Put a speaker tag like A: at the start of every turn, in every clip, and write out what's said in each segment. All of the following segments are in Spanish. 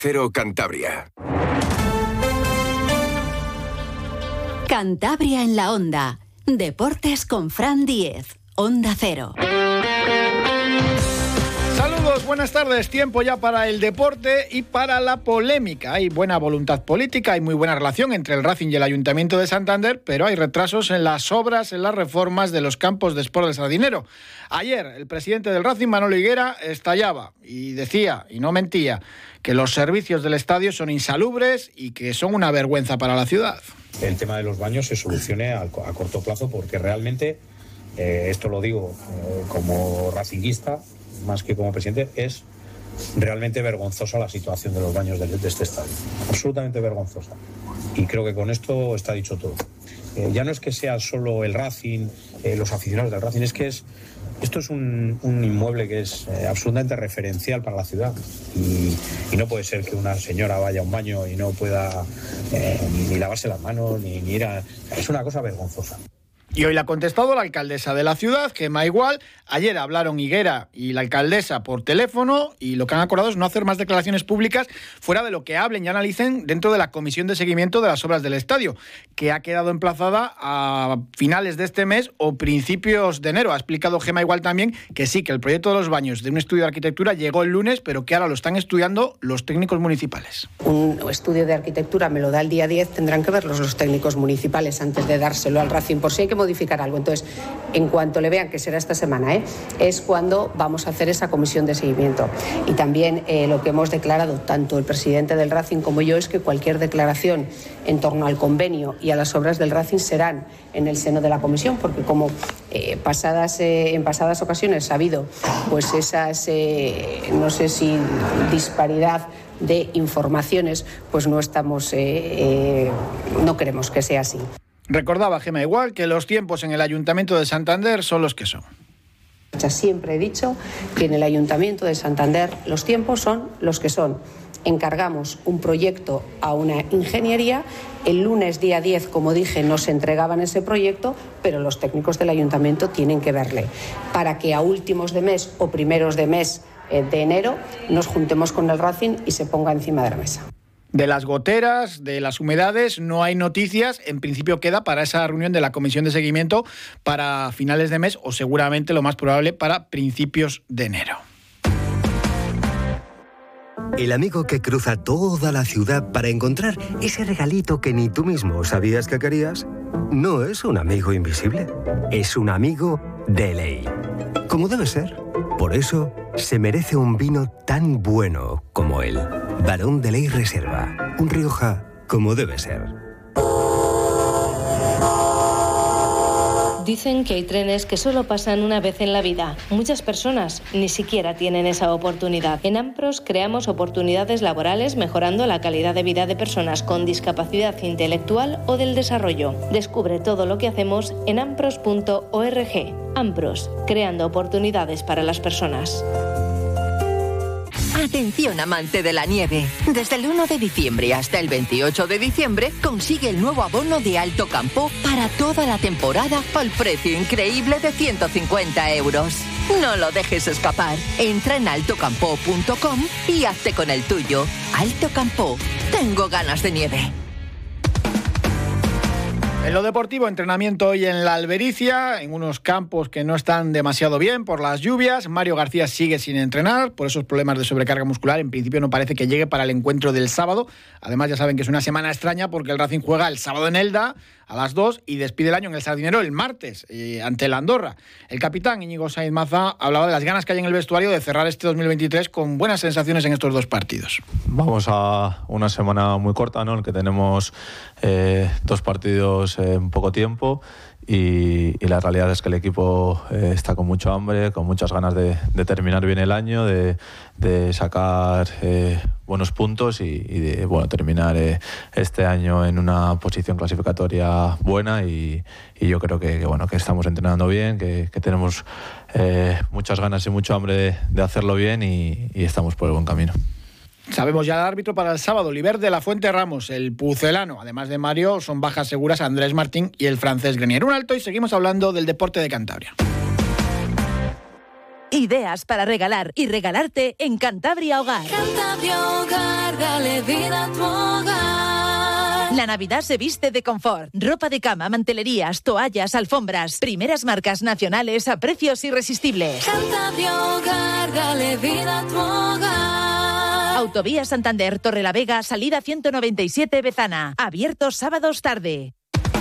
A: Cero Cantabria.
B: Cantabria en la Onda. Deportes con Fran Diez. Onda Cero.
C: Saludos, buenas tardes. Tiempo ya para el deporte y para la polémica. Hay buena voluntad política, hay muy buena relación entre el Racing y el Ayuntamiento de Santander, pero hay retrasos en las obras, en las reformas de los campos de Sport del Sardinero. Ayer, el presidente del Racing, Manolo Higuera, estallaba y decía, y no mentía, que los servicios del estadio son insalubres y que son una vergüenza para la ciudad.
D: El tema de los baños se solucione a corto plazo, porque realmente, esto lo digo como racinguista, más que como presidente, es realmente vergonzosa la situación de los baños de este estadio. Absolutamente vergonzosa. Y creo que con esto está dicho todo. Ya no es que sea solo el Racing, los aficionados del Racing, es que esto es un inmueble que es absolutamente referencial para la ciudad. Y no puede ser que una señora vaya a un baño y no pueda ni lavarse las manos, ni ir a... Es una cosa vergonzosa.
C: Y hoy le ha contestado la alcaldesa de la ciudad, Gemma Igual. Ayer hablaron Higuera y la alcaldesa por teléfono y lo que han acordado es no hacer más declaraciones públicas fuera de lo que hablen y analicen dentro de la comisión de seguimiento de las obras del estadio, que ha quedado emplazada a finales de este mes o principios de enero. Ha explicado Gemma Igual también que sí, que el proyecto de los baños de un estudio de arquitectura llegó el lunes, pero que ahora lo están estudiando los técnicos municipales.
E: Un estudio de arquitectura me lo da el día 10, tendrán que verlos los técnicos municipales antes de dárselo al Racing, por si hay que modificar algo. Entonces, en cuanto le vean, que será esta semana, es cuando vamos a hacer esa comisión de seguimiento. Y también lo que hemos declarado, tanto el presidente del Racing como yo, es que cualquier declaración en torno al convenio y a las obras del Racing serán en el seno de la comisión, porque como en pasadas ocasiones ha habido pues esas, no sé si disparidad de informaciones, pues no queremos que sea así.
C: Recordaba Gemma Igual que los tiempos en el Ayuntamiento de Santander son los que son.
E: Siempre he dicho que en el Ayuntamiento de Santander los tiempos son los que son. Encargamos un proyecto a una ingeniería. El lunes día 10, como dije, nos entregaban ese proyecto, pero los técnicos del Ayuntamiento tienen que verle para que a últimos de mes o primeros de mes de enero nos juntemos con el Racing y se ponga encima de la mesa.
C: De las goteras, de las humedades, no hay noticias. En principio queda para esa reunión de la comisión de seguimiento para finales de mes o seguramente lo más probable para principios de enero.
F: El amigo que cruza toda la ciudad para encontrar ese regalito que ni tú mismo sabías que querías, no es un amigo invisible, es un amigo de ley. Como debe ser. Por eso se merece un vino tan bueno como él. Barón de Ley Reserva, un Rioja como debe ser.
G: Dicen que hay trenes que solo pasan una vez en la vida. Muchas personas ni siquiera tienen esa oportunidad. En Ampros creamos oportunidades laborales mejorando la calidad de vida de personas con discapacidad intelectual o del desarrollo. Descubre todo lo que hacemos en ampros.org. Ampros, creando oportunidades para las personas.
H: Atención amante de la nieve. Desde el 1 de diciembre hasta el 28 de diciembre consigue el nuevo abono de Alto Campo para toda la temporada al precio increíble de 150 euros. No lo dejes escapar. Entra en altocampo.com y hazte con el tuyo. Alto Campo. Tengo ganas de nieve.
C: En lo deportivo, entrenamiento hoy en la Albericia, en unos campos que no están demasiado bien por las lluvias. Mario García sigue sin entrenar por esos problemas de sobrecarga muscular. En principio no parece que llegue para el encuentro del sábado. Además ya saben que es una semana extraña porque el Racing juega el sábado en Elda a las 2 y despide el año en el Sardinero el martes ante el Andorra. El capitán Íñigo Sainz Mazá hablaba de las ganas que hay en el vestuario de cerrar este 2023 con buenas sensaciones en estos dos partidos.
I: Vamos a una semana muy corta, ¿no? En que tenemos dos partidos en poco tiempo y la realidad es que el equipo está con mucho hambre, con muchas ganas de terminar bien el año, de sacar buenos puntos y de terminar este año en una posición clasificatoria buena y yo creo que estamos entrenando bien, que tenemos muchas ganas y mucho hambre de hacerlo bien y estamos por el buen camino.
C: Sabemos ya el árbitro para el sábado, Oliver de la Fuente Ramos, el pucelano. Además de Mario, son bajas seguras Andrés Martín y el francés Grenier. Un alto y seguimos hablando del deporte de Cantabria.
B: Ideas para regalar y regalarte en Cantabria Hogar.
J: Cantabria Hogar.
A: hogar, dale vida a tu hogar.
J: La Navidad se viste de confort. Ropa de cama, mantelerías, toallas, alfombras. Primeras marcas nacionales a precios irresistibles.
A: Cantabria Hogar, dale vida a tu hogar.
J: Autovía Santander, Torrelavega, salida 197 Bezana. Abiertos sábados tarde.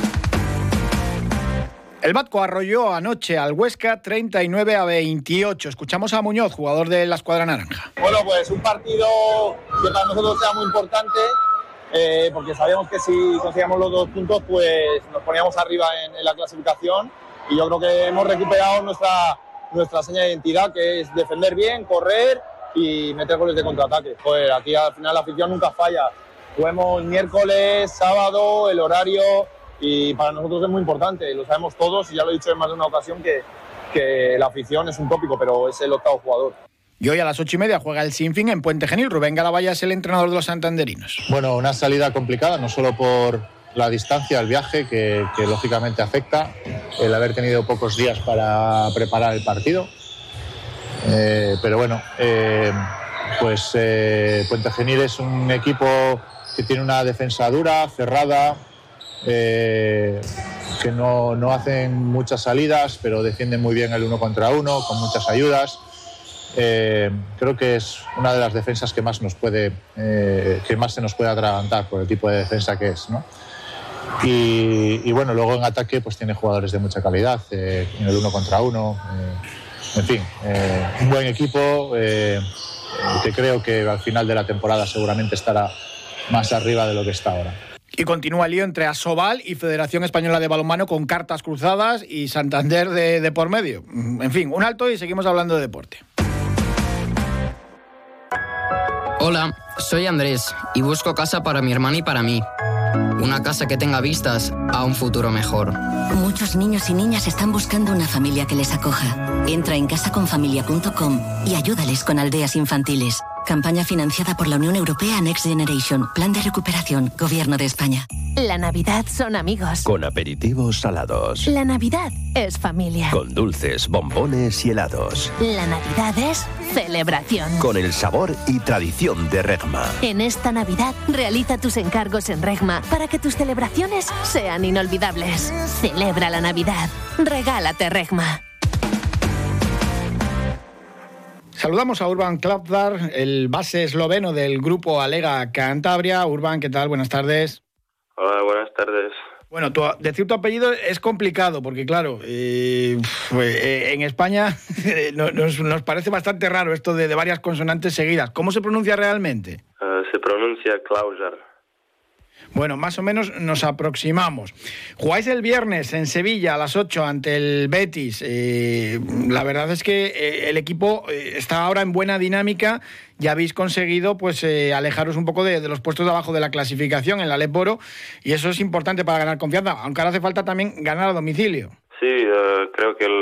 C: El Batco arrolló anoche al Huesca 39-28. Escuchamos a Muñoz, jugador de la escuadra naranja.
K: Bueno, pues un partido que para nosotros era muy importante, porque sabíamos que si conseguíamos los 2 puntos, pues nos poníamos arriba en la clasificación, y yo creo que hemos recuperado nuestra seña de identidad, que es defender bien, correr y meter goles de contraataque. Pues aquí al final la afición nunca falla. Juguemos miércoles, sábado, el horario, y para nosotros es muy importante, lo sabemos todos, y ya lo he dicho en más de una ocasión que la afición es un tópico, pero es el 8º jugador.
C: Y hoy a las 8:30 juega el Sinfín en Puente Genil. Rubén Galavalla es el entrenador de los santanderinos.
L: Bueno, una salida complicada, no solo por la distancia, el viaje, que lógicamente afecta, el haber tenido pocos días para preparar el partido. Pero bueno, Puente Genil es un equipo que tiene una defensa dura, cerrada, que no hacen muchas salidas, pero defienden muy bien el 1 contra 1, con muchas ayudas. Creo que es una de las defensas que más se nos puede atragantar por el tipo de defensa que es, ¿no? Y bueno, luego en ataque pues tiene jugadores de mucha calidad, en el 1 contra 1, en fin, un buen equipo que creo que al final de la temporada seguramente estará más arriba de lo que está ahora.
C: Y continúa el lío entre Asobal y Federación Española de Balonmano, con cartas cruzadas y Santander de por medio. En fin, un alto y seguimos hablando de deporte.
M: Hola, soy Andrés y busco casa para mi hermana y para mí. Una casa que tenga vistas a un futuro mejor.
N: Muchos niños y niñas están buscando una familia que les acoja. Entra en casaconfamilia.com y ayúdales con aldeas infantiles. Campaña financiada por la Unión Europea Next Generation. Plan de recuperación. Gobierno de España.
O: La Navidad son amigos.
P: Con aperitivos salados.
O: La Navidad es familia.
P: Con dulces, bombones y helados.
O: La Navidad es celebración.
P: Con el sabor y tradición de Regma.
O: En esta Navidad, realiza tus encargos en Regma para que tus celebraciones sean inolvidables. Celebra la Navidad. Regálate Regma.
C: Saludamos a Urban Klapdar, el base esloveno del grupo Alega Cantabria. Urban, ¿qué tal? Buenas tardes.
Q: Hola, buenas tardes.
C: Bueno, decir tu apellido es complicado porque, claro, en España nos parece bastante raro esto de varias consonantes seguidas. ¿Cómo se pronuncia realmente?
Q: Se pronuncia Klaujar.
C: Bueno, más o menos nos aproximamos. Jugáis el viernes en Sevilla a las 8 ante el Betis. La verdad es que el equipo está ahora en buena dinámica. Ya habéis conseguido pues alejaros un poco de los puestos de abajo de la clasificación en la Lep Oro, y eso es importante para ganar confianza, aunque ahora hace falta también ganar a domicilio.
Q: Sí, creo que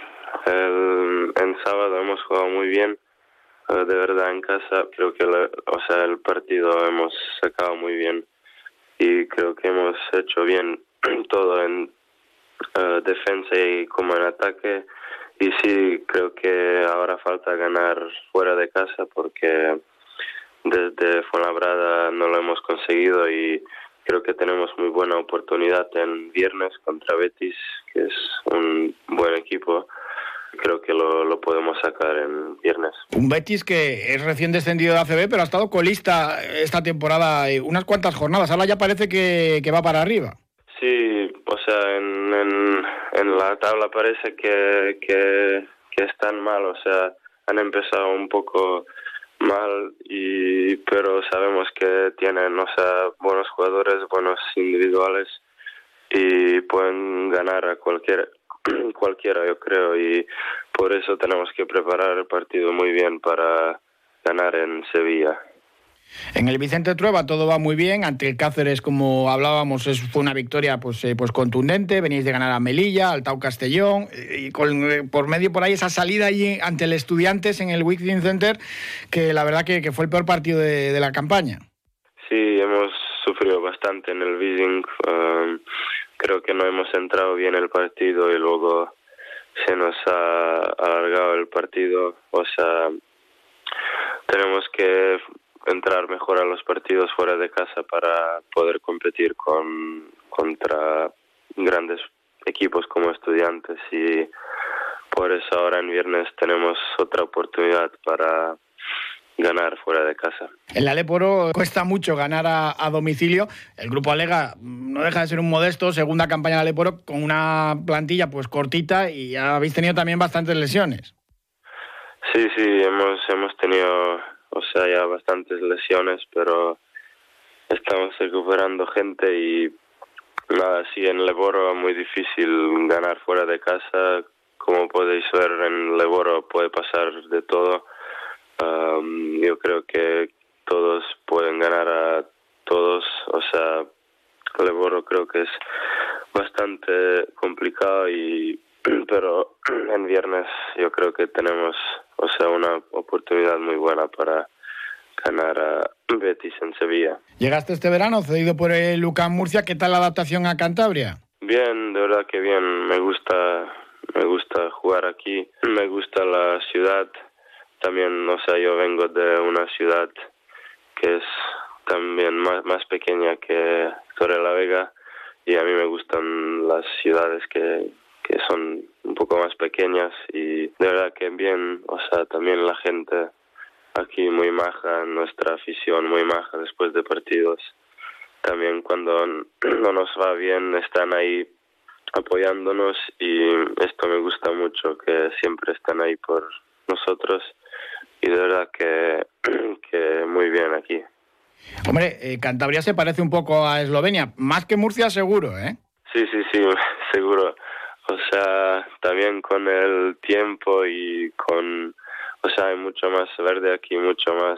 Q: en sábado hemos jugado muy bien. De verdad, en casa creo que el partido hemos sacado muy bien. Y creo que hemos hecho bien todo en defensa y como en ataque. Y sí, creo que ahora falta ganar fuera de casa, porque desde Fuenlabrada no lo hemos conseguido, y creo que tenemos muy buena oportunidad en viernes contra Betis, que es un buen equipo. Creo que lo podemos sacar en viernes. Un
C: Betis que es recién descendido de ACB, pero ha estado colista esta temporada unas cuantas jornadas. Ahora ya parece que va para arriba.
Q: Sí, o sea, en la tabla parece que están mal. O sea, han empezado un poco mal, pero sabemos que tienen, o sea, buenos jugadores, buenos individuales, y pueden ganar a cualquiera, yo creo, y por eso tenemos que preparar el partido muy bien para ganar en Sevilla.
C: En el Vicente Trueba todo va muy bien. Ante el Cáceres, como hablábamos, fue una victoria pues contundente. Veníais de ganar a Melilla, al Tau Castellón, y por medio por ahí esa salida allí ante el Estudiantes en el Wizzing Center, que la verdad que fue el peor partido de la campaña.
Q: Sí, hemos sufrido bastante en el Wizzing. Creo que no hemos entrado bien el partido y luego se nos ha alargado el partido. O sea, tenemos que entrar mejor a los partidos fuera de casa para poder competir contra grandes equipos como Estudiantes, y por eso ahora en viernes tenemos otra oportunidad para ganar fuera de casa.
C: En la Leporo cuesta mucho ganar a domicilio. El Grupo Alega no deja de ser un modesto, segunda campaña de la Leporo, con una plantilla pues cortita, y habéis tenido también bastantes lesiones.
Q: Sí, hemos tenido, ya bastantes lesiones, pero estamos recuperando gente y nada, sí, en Leporo es muy difícil ganar fuera de casa. Como podéis ver, en Leporo puede pasar de todo. Yo creo que todos pueden ganar a todos, Leporo creo que es bastante complicado, pero en viernes yo creo que tenemos una oportunidad muy buena para ganar a Betis en Sevilla.
C: Llegaste este verano cedido por el UCAM Murcia. ¿Qué tal la adaptación a Cantabria?
Q: Bien, de verdad que bien. Me gusta jugar aquí, me gusta la ciudad. También, yo vengo de una ciudad que es también más pequeña que Torrelavega, y a mí me gustan las ciudades que son un poco más pequeñas, y de verdad que bien, también la gente aquí muy maja, nuestra afición muy maja después de partidos. También cuando no nos va bien están ahí apoyándonos, y esto me gusta mucho, que siempre están ahí por nosotros, y de verdad que muy bien aquí.
C: Hombre, Cantabria se parece un poco a Eslovenia, más que Murcia seguro, ¿eh?
Q: Sí, seguro. También con el tiempo y hay mucho más verde aquí, mucho más,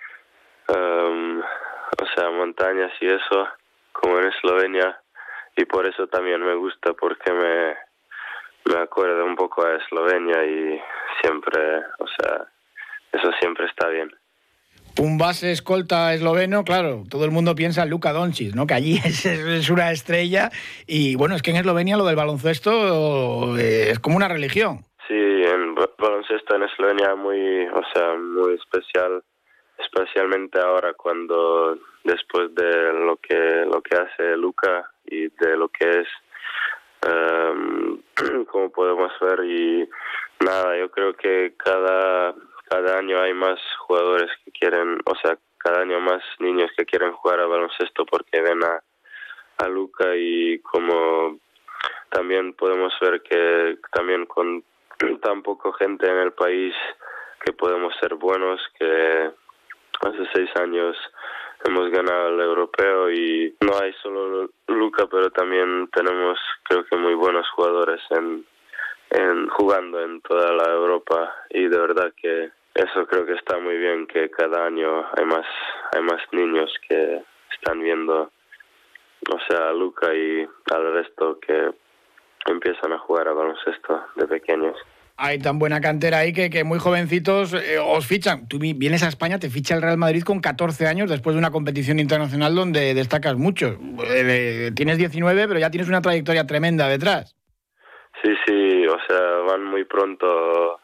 Q: montañas y eso, como en Eslovenia, y por eso también me gusta, porque me acuerda un poco a Eslovenia, y siempre, eso siempre está bien.
C: Un base escolta esloveno, claro, todo el mundo piensa en Luka Doncic, ¿no? Que allí es una estrella, y bueno, es que en Eslovenia lo del baloncesto es como una religión.
Q: Sí, en baloncesto en Eslovenia muy especial, especialmente ahora cuando después de lo que hace Luka y de lo que es, como podemos ver, y nada, yo creo que cada año hay más jugadores que quieren, cada año más niños que quieren jugar a baloncesto porque ven a Luka, y como también podemos ver que también con tan poca gente en el país que podemos ser buenos, que hace 6 años hemos ganado el europeo, y no hay solo Luka, pero también tenemos, creo que, muy buenos jugadores jugando en toda la Europa, y de verdad que eso creo que está muy bien, que cada año hay más niños que están viendo, a Luka y al resto que empiezan a jugar a baloncesto de pequeños.
C: Hay tan buena cantera ahí que muy jovencitos os fichan. Tú vienes a España, te ficha el Real Madrid con 14 años después de una competición internacional donde destacas mucho. Tienes 19, pero ya tienes una trayectoria tremenda detrás.
Q: Sí, van muy pronto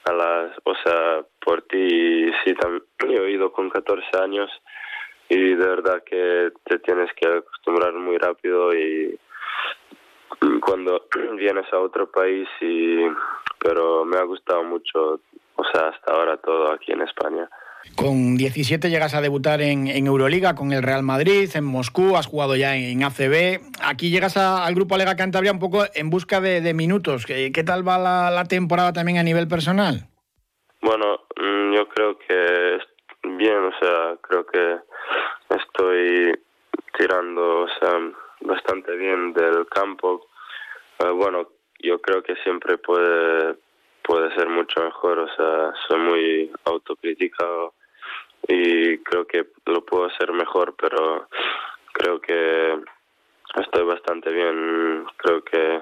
Q: por ti. Sí, también he ido con 14 años, y de verdad que te tienes que acostumbrar muy rápido, y cuando vienes a otro país, pero me ha gustado mucho, hasta ahora todo aquí en España.
C: Con 17 llegas a debutar en Euroliga con el Real Madrid, en Moscú, has jugado ya en ACB. Aquí llegas al Grupo Alega Cantabria un poco en busca de minutos. ¿Qué tal va la temporada también a nivel personal?
Q: Bueno, yo creo que bien, creo que estoy tirando, bastante bien del campo. Bueno, yo creo que siempre puede ser mucho mejor, soy muy autocriticado y creo que lo puedo hacer mejor, pero creo que estoy bastante bien. Creo que,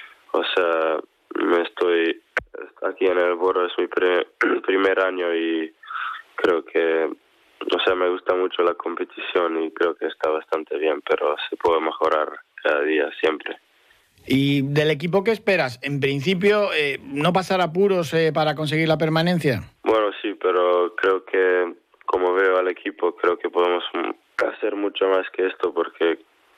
Q: estoy aquí en el Boro, es mi primer año, y creo que, me gusta mucho la competición y creo que está bastante bien, pero se puede mejorar cada día, siempre.
C: ¿Y del equipo qué esperas? En principio, ¿no pasar apuros para conseguir la permanencia?
Q: Bueno, sí, pero creo que como veo al equipo. Creo que podemos hacer mucho más que esto porque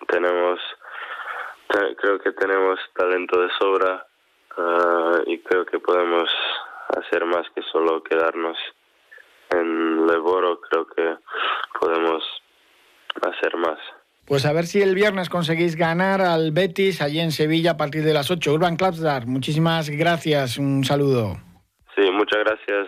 Q: creo que tenemos talento de sobra y creo que podemos hacer más que solo quedarnos en Leboro. Creo que podemos hacer más.
C: Pues a ver si el viernes conseguís ganar al Betis allí en Sevilla a partir de las 8. Urban Klapsdar, muchísimas gracias, un saludo.
Q: Sí, muchas gracias.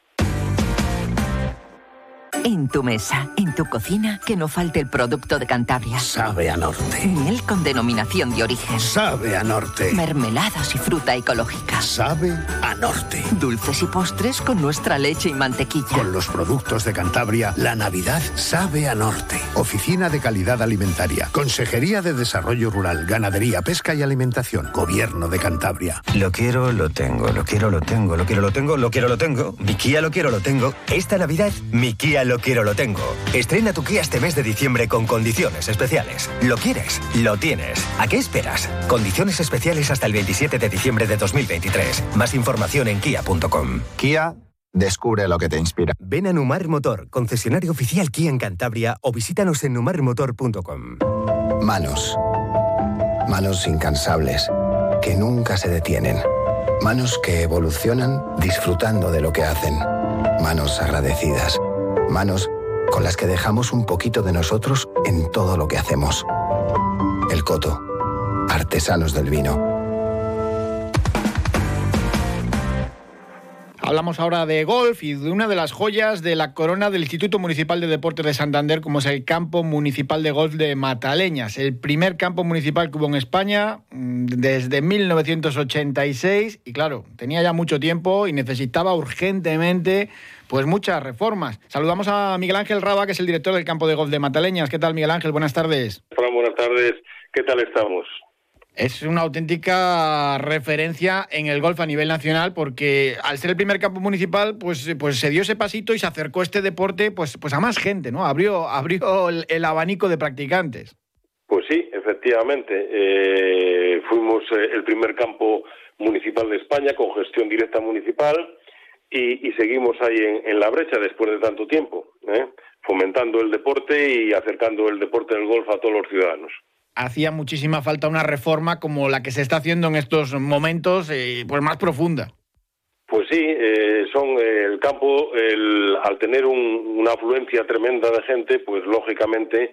H: En tu mesa, en tu cocina, que no falte el producto de Cantabria.
R: Sabe a norte.
H: Miel con denominación de origen.
R: Sabe a norte.
H: Mermeladas y fruta ecológica.
R: Sabe a norte.
H: Dulces y postres con nuestra leche y mantequilla.
R: Con los productos de Cantabria, la Navidad sabe a norte. Oficina de Calidad Alimentaria. Consejería de Desarrollo Rural, Ganadería, Pesca y Alimentación. Gobierno de Cantabria.
F: Lo quiero, lo tengo. Lo quiero, lo tengo. Lo quiero, lo tengo. Lo quiero, lo tengo. Mi Kia lo quiero, lo tengo. Esta Navidad, mi Kia lo quiero, lo tengo. Estrena tu Kia este mes de diciembre con condiciones especiales. ¿Lo quieres? Lo tienes. ¿A qué esperas? Condiciones especiales hasta el 27 de diciembre de 2023. Más información en kia.com.
S: Kia, descubre lo que te inspira.
F: Ven a Numar Motor, concesionario oficial Kia en Cantabria, o visítanos en numarmotor.com.
S: Manos. Manos incansables, que nunca se detienen. Manos que evolucionan disfrutando de lo que hacen. Manos agradecidas. Manos con las que dejamos un poquito de nosotros en todo lo que hacemos. El Coto, artesanos del vino.
C: Hablamos ahora de golf y de una de las joyas de la corona del Instituto Municipal de Deportes de Santander, como es el Campo Municipal de Golf de Mataleñas. El primer campo municipal que hubo en España desde 1986 y claro, tenía ya mucho tiempo y necesitaba urgentemente pues muchas reformas. Saludamos a Miguel Ángel Raba, que es el director del Campo de Golf de Mataleñas. ¿Qué tal, Miguel Ángel? Buenas tardes.
T: Hola, buenas tardes. ¿Qué tal estamos?
C: Es una auténtica referencia en el golf a nivel nacional porque al ser el primer campo municipal pues se dio ese pasito y se acercó este deporte pues a más gente, ¿no? Abrió el abanico de practicantes.
T: Pues sí, efectivamente. Fuimos el primer campo municipal de España con gestión directa municipal y seguimos ahí en la brecha después de tanto tiempo, fomentando el deporte y acercando el deporte del golf a todos los ciudadanos.
C: Hacía muchísima falta una reforma como la que se está haciendo en estos momentos, pues más profunda.
T: Pues sí, el campo, al tener una afluencia tremenda de gente, pues lógicamente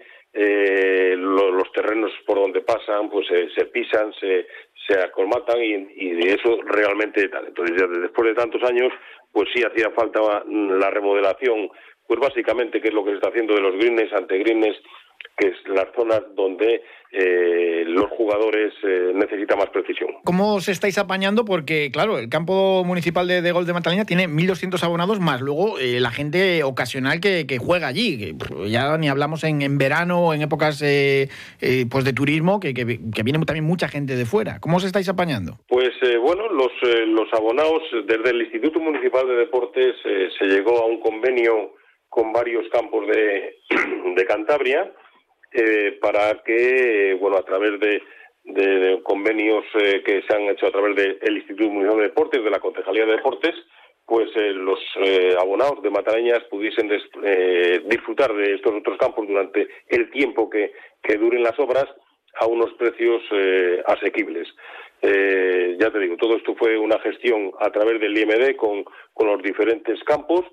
T: los terrenos por donde pasan, pues se pisan, se acolmatan y de eso realmente, entonces ya después de tantos años, pues sí hacía falta la remodelación, pues básicamente que es lo que se está haciendo de los greens, antegreens, que es las zonas donde los jugadores necesitan más precisión.
C: ¿Cómo os estáis apañando? Porque, claro, el campo municipal de golf de Mataleñas tiene 1.200 abonados, más luego la gente ocasional que juega allí. Que ya ni hablamos en verano o en épocas pues de turismo, que viene también mucha gente de fuera. ¿Cómo os estáis apañando?
T: Pues bueno, los abonados, desde el Instituto Municipal de Deportes se llegó a un convenio con varios campos de Cantabria, para que, bueno, a través de convenios que se han hecho a través del Instituto Municipal de Deportes, de la Concejalía de Deportes, pues los abonados de Mataleñas pudiesen disfrutar de estos otros campos durante el tiempo que duren las obras a unos precios asequibles. Ya te digo, todo esto fue una gestión a través del IMD con los diferentes campos,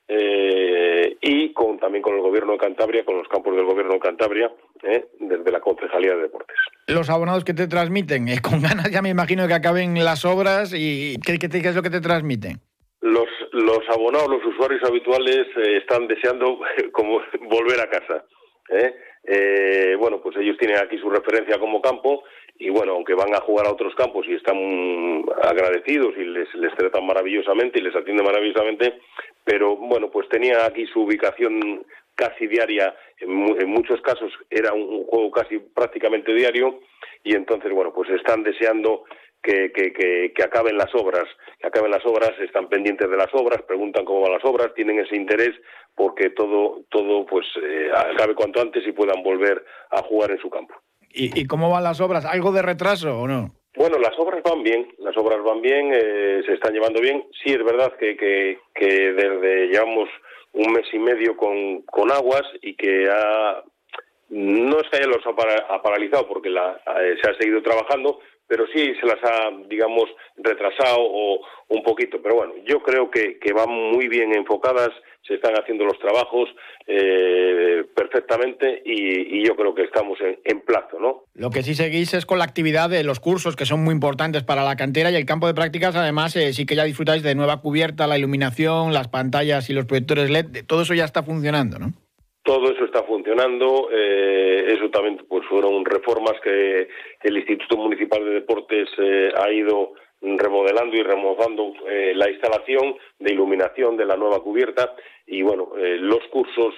T: y también con el Gobierno de Cantabria, con los campos del Gobierno de Cantabria, desde la Concejalía de Deportes.
C: Los abonados que te transmiten, con ganas ya me imagino que acaben las obras, y ¿qué es lo que te transmiten?
T: Los abonados, los usuarios habituales están deseando como volver a casa. Bueno, pues ellos tienen aquí su referencia como campo y bueno, aunque van a jugar a otros campos y están agradecidos y les tratan maravillosamente y les atienden maravillosamente, pero bueno, pues tenía aquí su ubicación casi diaria, en muchos casos era un juego casi prácticamente diario y entonces bueno, pues están deseando que acaben las obras, están pendientes de las obras, preguntan cómo van las obras, tienen ese interés porque todo pues acabe cuanto antes y puedan volver a jugar en su campo.
C: ¿Y cómo van las obras? ¿Algo de retraso o no?
T: Bueno, las obras van bien, se están llevando bien. Sí, es verdad que desde llevamos un mes y medio con aguas y que no es que haya los ha paralizado porque se ha seguido trabajando, pero sí se las ha, digamos, retrasado o un poquito. Pero bueno, yo creo que van muy bien enfocadas, se están haciendo los trabajos perfectamente y yo creo que estamos en plazo, ¿no?
C: Lo que sí seguís es con la actividad de los cursos, que son muy importantes para la cantera, y el campo de prácticas, además, sí que ya disfrutáis de nueva cubierta, la iluminación, las pantallas y los proyectores LED, todo eso ya está funcionando, ¿no?
T: Todo eso está funcionando, eso también pues fueron reformas que el Instituto Municipal de Deportes ha ido remodelando y remozando la instalación de iluminación de la nueva cubierta y bueno, los cursos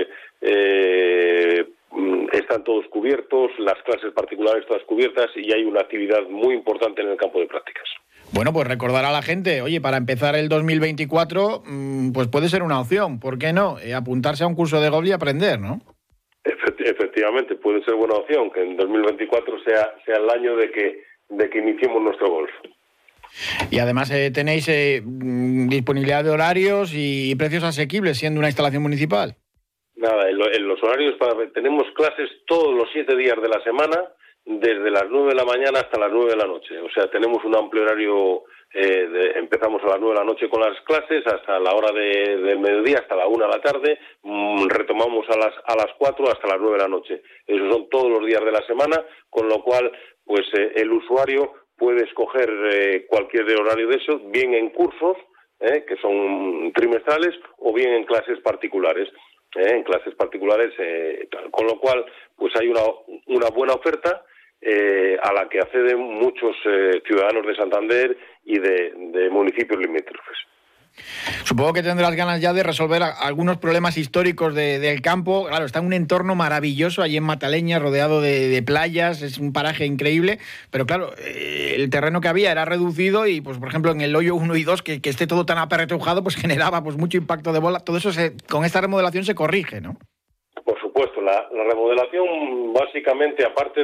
T: están todos cubiertos, las clases particulares todas cubiertas y hay una actividad muy importante en el campo de prácticas.
C: Bueno, pues recordar a la gente, oye, para empezar el 2024, pues puede ser una opción, ¿por qué no? Apuntarse a un curso de golf y aprender, ¿no?
T: Efectivamente, puede ser buena opción, que en 2024 sea el año de que iniciemos nuestro golf.
C: Y además tenéis disponibilidad de horarios y precios asequibles, siendo una instalación municipal.
T: Nada, en los horarios tenemos clases todos los 7 días de la semana, desde las 9 de la mañana hasta las 9 de la noche. O sea, tenemos un amplio horario, empezamos a las 9 de la noche con las clases, hasta la hora del mediodía, hasta la 1 de la tarde, retomamos a las 4 hasta las 9 de la noche. Esos son todos los días de la semana, con lo cual, pues el usuario puede escoger cualquier horario de esos, bien en cursos, que son trimestrales, o bien en clases particulares. Con lo cual, pues hay una buena oferta a la que acceden muchos ciudadanos de Santander y de municipios limítrofes.
C: Supongo que tendrás ganas ya de resolver algunos problemas históricos del campo. Claro, está en un entorno maravilloso allí en Mataleña, rodeado de playas, es un paraje increíble, pero claro, el terreno que había era reducido y, pues por ejemplo, en el hoyo 1 y 2, que esté todo tan aperretujado, pues generaba pues mucho impacto de bola. Todo eso con esta remodelación se corrige, ¿no?
T: Por supuesto, la remodelación básicamente, aparte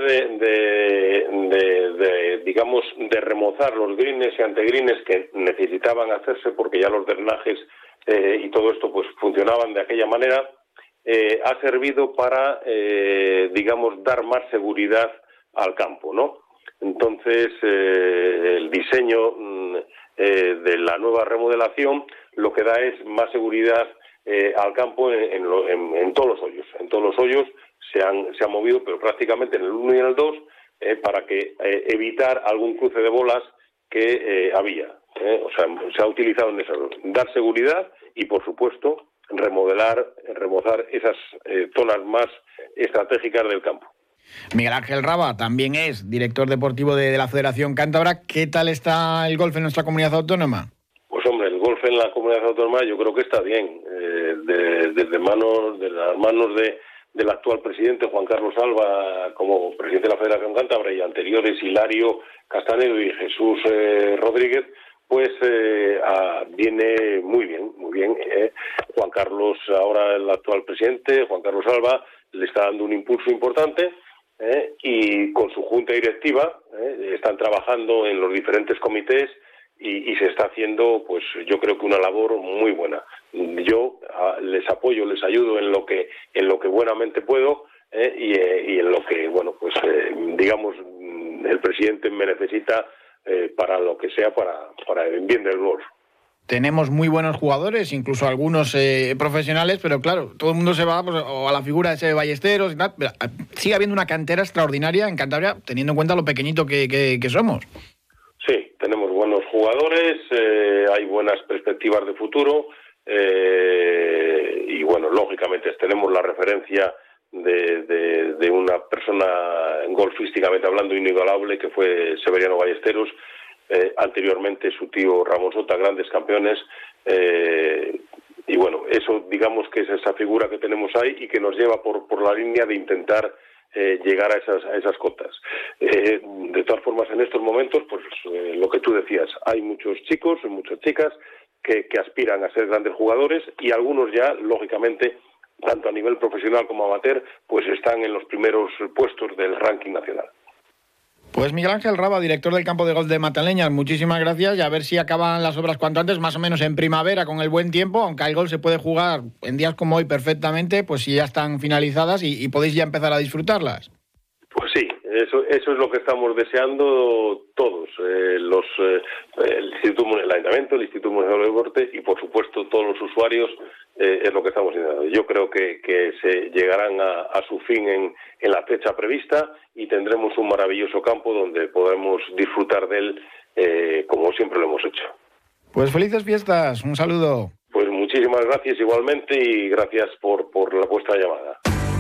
T: digamos, de remozar los greens y antegreens que necesitaban hacerse porque ya los drenajes y todo esto pues funcionaban de aquella manera, ha servido para, digamos, dar más seguridad al campo, ¿no? Entonces, el diseño de la nueva remodelación lo que da es más seguridad al campo en todos los hoyos. En todos los hoyos se han movido, pero prácticamente en el 1 y en el 2, para que evitar algún cruce de bolas que había. O sea, se ha utilizado en eso, dar seguridad y, por supuesto, remozar esas zonas más estratégicas del campo.
C: Miguel Ángel Raba también es director deportivo de la Federación Cántabra. ¿Qué tal está el golf en nuestra comunidad autónoma?
T: Pues hombre, el golf en la comunidad autónoma yo creo que está bien. Desde las manos del actual presidente Juan Carlos Alba como presidente de la Federación Cántabra y anteriores Hilario Castanedo y Jesús Rodríguez, pues viene muy bien. Juan Carlos, ahora el actual presidente, Juan Carlos Alba, le está dando un impulso importante y con su junta directiva están trabajando en los diferentes comités y se está haciendo, pues yo creo que una labor muy buena. Yo les apoyo, les ayudo en lo que buenamente puedo y en lo que, bueno, pues digamos, el presidente me necesita para lo que sea, para el bien del golf.
C: Tenemos muy buenos jugadores, incluso algunos profesionales, pero claro, todo el mundo se va pues, o a la figura de ese Ballesteros y tal. Pero sigue habiendo una cantera extraordinaria en Cantabria, teniendo en cuenta lo pequeñito que somos.
T: Sí, tenemos buenos jugadores, hay buenas perspectivas de futuro y bueno, lógicamente tenemos la referencia de una persona golfísticamente hablando inigualable que fue Severiano Ballesteros, anteriormente su tío Ramón Sota, grandes campeones, y bueno, eso digamos que es esa figura que tenemos ahí y que nos lleva por la línea de intentar llegar a esas cotas. De todas formas, en estos momentos, pues lo que tú decías, hay muchos chicos, muchas chicas que aspiran a ser grandes jugadores y algunos ya, lógicamente, tanto a nivel profesional como amateur, pues están en los primeros puestos del ranking nacional.
C: Pues Miguel Ángel Raba, director del campo de golf de Mataleñas, muchísimas gracias, y a ver si acaban las obras cuanto antes, más o menos en primavera, con el buen tiempo, aunque el golf se puede jugar en días como hoy perfectamente, pues si ya están finalizadas y podéis ya empezar a disfrutarlas.
T: Pues sí, eso es lo que estamos deseando todos, el Ayuntamiento, el Instituto Municipal de Deportes y, por supuesto, todos los usuarios, es lo que estamos haciendo. Yo creo que se llegarán a su fin en la fecha prevista y tendremos un maravilloso campo donde podremos disfrutar de él como siempre lo hemos hecho.
C: Pues felices fiestas, un saludo.
T: Pues muchísimas gracias igualmente y gracias por vuestra llamada.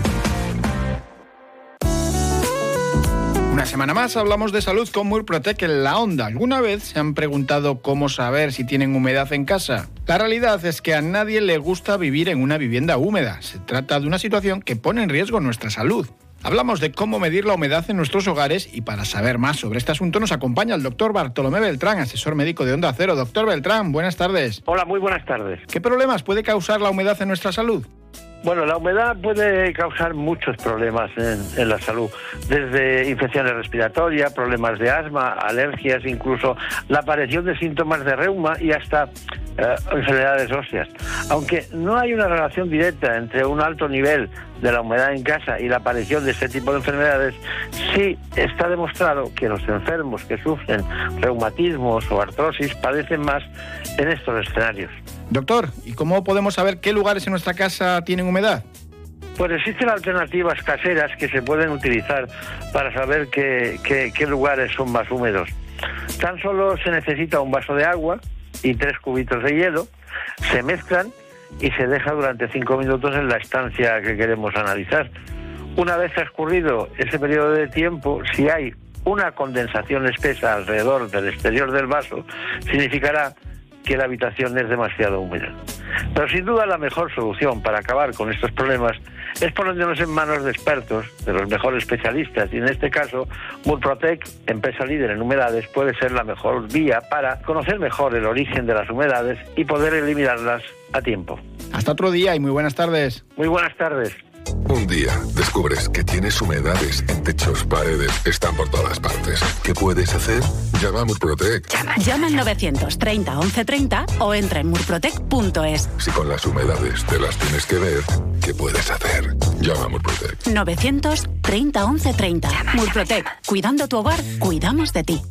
C: Una semana más hablamos de salud con Murprotec en la Onda. ¿Alguna vez se han preguntado cómo saber si tienen humedad en casa? La realidad es que a nadie le gusta vivir en una vivienda húmeda. Se trata de una situación que pone en riesgo nuestra salud. Hablamos de cómo medir la humedad en nuestros hogares y para saber más sobre este asunto nos acompaña el doctor Bartolomé Beltrán, asesor médico de Onda Cero. Doctor Beltrán, buenas tardes.
U: Hola, muy buenas tardes.
C: ¿Qué problemas puede causar la humedad en nuestra salud?
U: Bueno, la humedad puede causar muchos problemas en la salud, desde infecciones respiratorias, problemas de asma, alergias, incluso la aparición de síntomas de reuma y hasta enfermedades óseas. Aunque no hay una relación directa entre un alto nivel de la humedad en casa y la aparición de este tipo de enfermedades, sí está demostrado que los enfermos que sufren reumatismos o artrosis padecen más en estos escenarios.
C: Doctor, ¿y cómo podemos saber qué lugares en nuestra casa tienen humedad?
U: Pues existen alternativas caseras que se pueden utilizar para saber qué lugares son más húmedos. Tan solo se necesita un vaso de agua y 3 cubitos de hielo, se mezclan y se deja durante 5 minutos en la estancia que queremos analizar. Una vez transcurrido ese periodo de tiempo, si hay una condensación espesa alrededor del exterior del vaso, significará que la habitación es demasiado húmeda. Pero sin duda la mejor solución para acabar con estos problemas es ponernos en manos de expertos, de los mejores especialistas, y en este caso Murprotec, empresa líder en humedades, puede ser la mejor vía para conocer mejor el origen de las humedades y poder eliminarlas a tiempo.
C: Hasta otro día y muy buenas tardes.
U: Muy buenas tardes.
V: Un día descubres que tienes humedades en techos, paredes, están por todas partes. ¿Qué puedes hacer? Llama a Murprotec.
B: Llama al 930 1130 o entra en murprotec.es.
V: Si con las humedades te las tienes que ver, ¿qué puedes hacer? Llama a Murprotec.
B: 930 1130. Murprotec. Cuidando tu hogar, cuidamos de ti.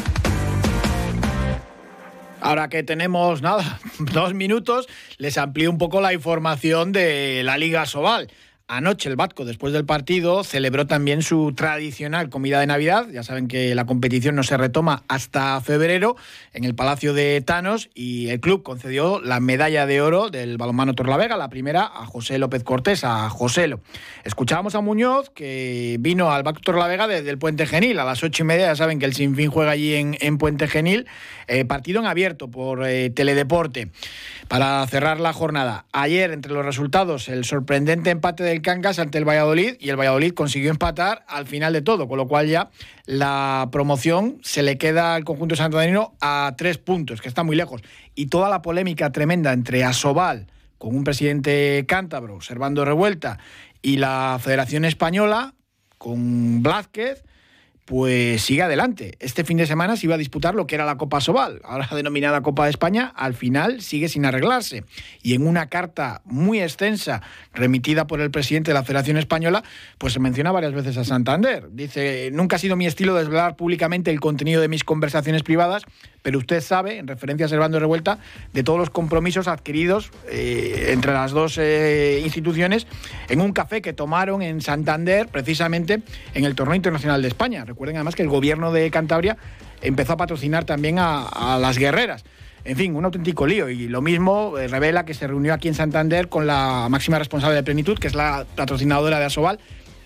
C: Ahora que tenemos, 2 minutos, les amplío un poco la información de la Liga Asobal. Anoche el Batco, después del partido, celebró también su tradicional comida de Navidad. Ya saben que la competición no se retoma hasta febrero en el Palacio de Thanos y el club concedió la medalla de oro del balonmano Torlavega, la primera a José López Cortés, a Joselo. Escuchábamos a Muñoz, que vino al Batco Torlavega desde el Puente Genil a las 8:30. Ya saben que el Sinfín juega allí en Puente Genil. Partido en abierto por Teledeporte. Para cerrar la jornada, ayer entre los resultados el sorprendente empate del Cangas ante el Valladolid, y el Valladolid consiguió empatar al final de todo, con lo cual ya la promoción se le queda al conjunto santanderino a 3 puntos, que está muy lejos. Y toda la polémica tremenda entre Asobal, con un presidente cántabro, Servando Revuelta, y la Federación Española, con Blázquez, pues sigue adelante. Este fin de semana se iba a disputar lo que era la Copa Asobal, ahora denominada Copa de España, al final sigue sin arreglarse. Y en una carta muy extensa remitida por el presidente de la Federación Española, pues se menciona varias veces a Santander. Dice: nunca ha sido mi estilo desvelar públicamente el contenido de mis conversaciones privadas, pero usted sabe, en referencia a Servando Revuelta, de todos los compromisos adquiridos entre las dos instituciones en un café que tomaron en Santander, precisamente en el Torneo Internacional de España. Recuerden además que el gobierno de Cantabria empezó a patrocinar también a las guerreras. En fin, un auténtico lío. Y lo mismo revela que se reunió aquí en Santander con la máxima responsable de Plenitud, que es la patrocinadora de Asobal.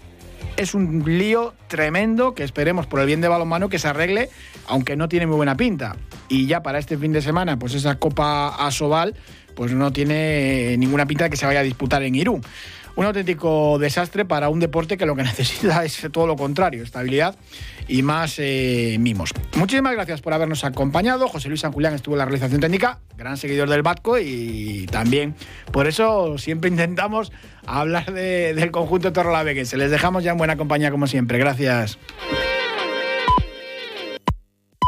C: Es un lío tremendo que esperemos, por el bien de balonmano, que se arregle, aunque no tiene muy buena pinta. Y ya para este fin de semana, pues esa Copa Asobal pues no tiene ninguna pinta de que se vaya a disputar en Irún. Un auténtico desastre para un deporte que lo que necesita es todo lo contrario, estabilidad y más mimos. Muchísimas gracias por habernos acompañado. José Luis San Julián estuvo en la realización técnica, gran seguidor del Batco, y también por eso siempre intentamos hablar del conjunto torralaveguense. Les dejamos ya en buena compañía como siempre. Gracias.